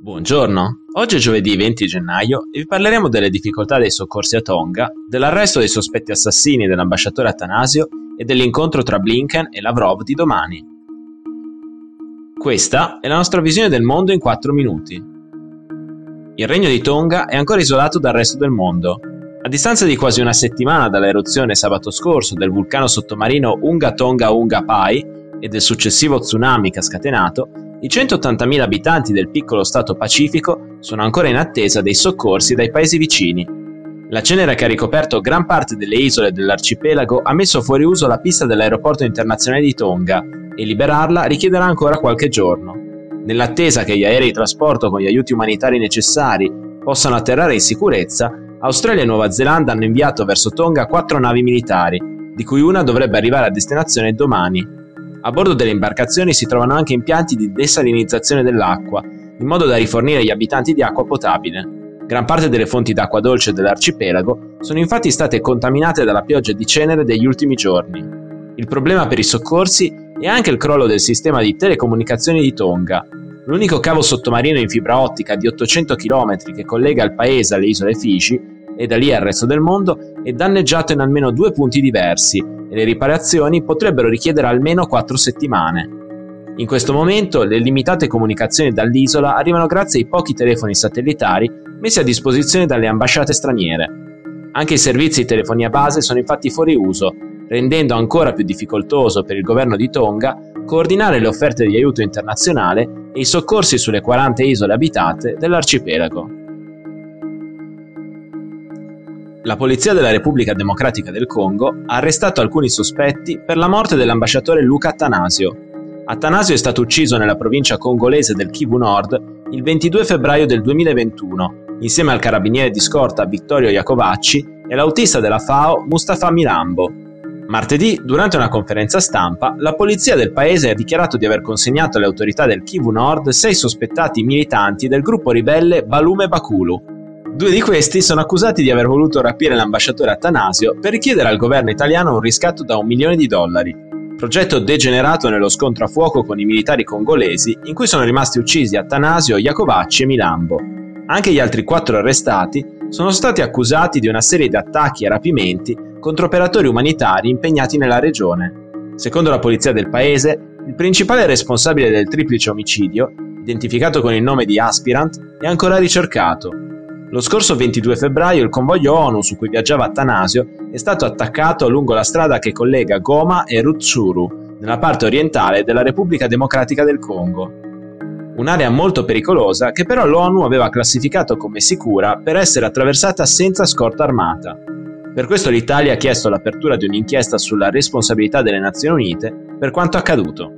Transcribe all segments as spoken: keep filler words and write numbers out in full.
Buongiorno, oggi è giovedì venti gennaio e vi parleremo delle difficoltà dei soccorsi a Tonga, dell'arresto dei sospetti assassini dell'ambasciatore Attanasio e dell'incontro tra Blinken e Lavrov di domani. Questa è la nostra visione del mondo in quattro minuti. Il regno di Tonga è ancora isolato dal resto del mondo. A distanza di quasi una settimana dall'eruzione sabato scorso del vulcano sottomarino Unga Tonga Unga Pai e del successivo tsunami che ha scatenato, i centottantamila abitanti del piccolo stato pacifico sono ancora in attesa dei soccorsi dai paesi vicini. La cenere che ha ricoperto gran parte delle isole dell'arcipelago ha messo fuori uso la pista dell'aeroporto internazionale di Tonga e liberarla richiederà ancora qualche giorno. Nell'attesa che gli aerei di trasporto con gli aiuti umanitari necessari possano atterrare in sicurezza, Australia e Nuova Zelanda hanno inviato verso Tonga quattro navi militari, di cui una dovrebbe arrivare a destinazione domani. A bordo delle imbarcazioni si trovano anche impianti di desalinizzazione dell'acqua, in modo da rifornire gli abitanti di acqua potabile. Gran parte delle fonti d'acqua dolce dell'arcipelago sono infatti state contaminate dalla pioggia di cenere degli ultimi giorni. Il problema per i soccorsi è anche il crollo del sistema di telecomunicazioni di Tonga. L'unico cavo sottomarino in fibra ottica di ottocento chilometri che collega il paese alle isole Fiji e da lì al resto del mondo è danneggiato in almeno due punti diversi e le riparazioni potrebbero richiedere almeno quattro settimane. In questo momento le limitate comunicazioni dall'isola arrivano grazie ai pochi telefoni satellitari messi a disposizione dalle ambasciate straniere. Anche i servizi di telefonia base sono infatti fuori uso, rendendo ancora più difficoltoso per il governo di Tonga coordinare le offerte di aiuto internazionale e i soccorsi sulle quaranta isole abitate dell'arcipelago. La polizia della Repubblica Democratica del Congo ha arrestato alcuni sospetti per la morte dell'ambasciatore Luca Attanasio. Attanasio è stato ucciso nella provincia congolese del Kivu Nord il ventidue febbraio del duemilaventuno, insieme al carabiniere di scorta Vittorio Iacovacci e l'autista della F A O Mustafa Milambo. Martedì, durante una conferenza stampa, la polizia del paese ha dichiarato di aver consegnato alle autorità del Kivu Nord sei sospettati militanti del gruppo ribelle Balume Bakulu. Due di questi sono accusati di aver voluto rapire l'ambasciatore Attanasio per richiedere al governo italiano un riscatto da un milione di dollari, progetto degenerato nello scontro a fuoco con i militari congolesi in cui sono rimasti uccisi Attanasio, Iacovacci e Milambo. Anche gli altri quattro arrestati sono stati accusati di una serie di attacchi e rapimenti contro operatori umanitari impegnati nella regione. Secondo la polizia del paese, il principale responsabile del triplice omicidio, identificato con il nome di Aspirant, è ancora ricercato. Lo scorso ventidue febbraio il convoglio ONU su cui viaggiava Attanasio è stato attaccato lungo la strada che collega Goma e Rutshuru, nella parte orientale della Repubblica Democratica del Congo. Un'area molto pericolosa che però l'ONU aveva classificato come sicura per essere attraversata senza scorta armata. Per questo l'Italia ha chiesto l'apertura di un'inchiesta sulla responsabilità delle Nazioni Unite per quanto accaduto.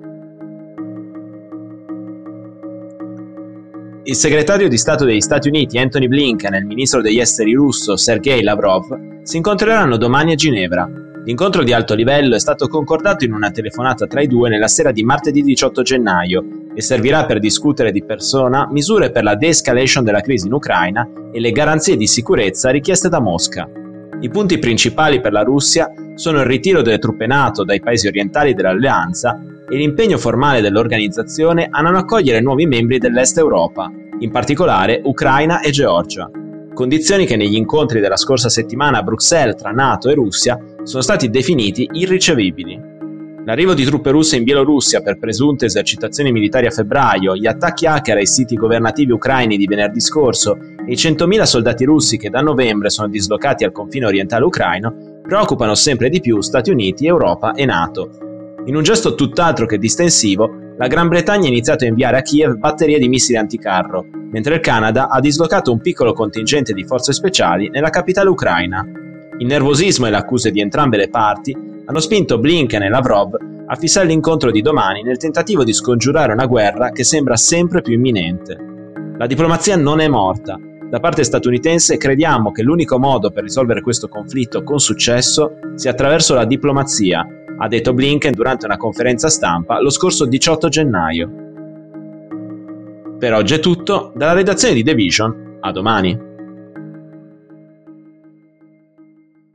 Il segretario di Stato degli Stati Uniti Antony Blinken e il ministro degli esteri russo Sergei Lavrov si incontreranno domani a Ginevra. L'incontro di alto livello è stato concordato in una telefonata tra i due nella sera di martedì diciotto gennaio e servirà per discutere di persona misure per la de-escalation della crisi in Ucraina e le garanzie di sicurezza richieste da Mosca. I punti principali per la Russia sono il ritiro delle truppe NATO dai paesi orientali dell'alleanza e l'impegno formale dell'organizzazione a non accogliere nuovi membri dell'Est Europa, in particolare Ucraina e Georgia, condizioni che negli incontri della scorsa settimana a Bruxelles tra NATO e Russia sono stati definiti irricevibili. L'arrivo di truppe russe in Bielorussia per presunte esercitazioni militari a febbraio, gli attacchi hacker ai siti governativi ucraini di venerdì scorso e i centomila soldati russi che da novembre sono dislocati al confine orientale ucraino preoccupano sempre di più Stati Uniti, Europa e NATO. In un gesto tutt'altro che distensivo, la Gran Bretagna ha iniziato a inviare a Kiev batterie di missili anticarro, mentre il Canada ha dislocato un piccolo contingente di forze speciali nella capitale ucraina. Il nervosismo e le accuse di entrambe le parti hanno spinto Blinken e Lavrov a fissare l'incontro di domani nel tentativo di scongiurare una guerra che sembra sempre più imminente. La diplomazia non è morta. Da parte statunitense crediamo che l'unico modo per risolvere questo conflitto con successo sia attraverso la diplomazia, ha detto Blinken durante una conferenza stampa lo scorso diciotto gennaio. Per oggi è tutto, dalla redazione di The Vision, a domani.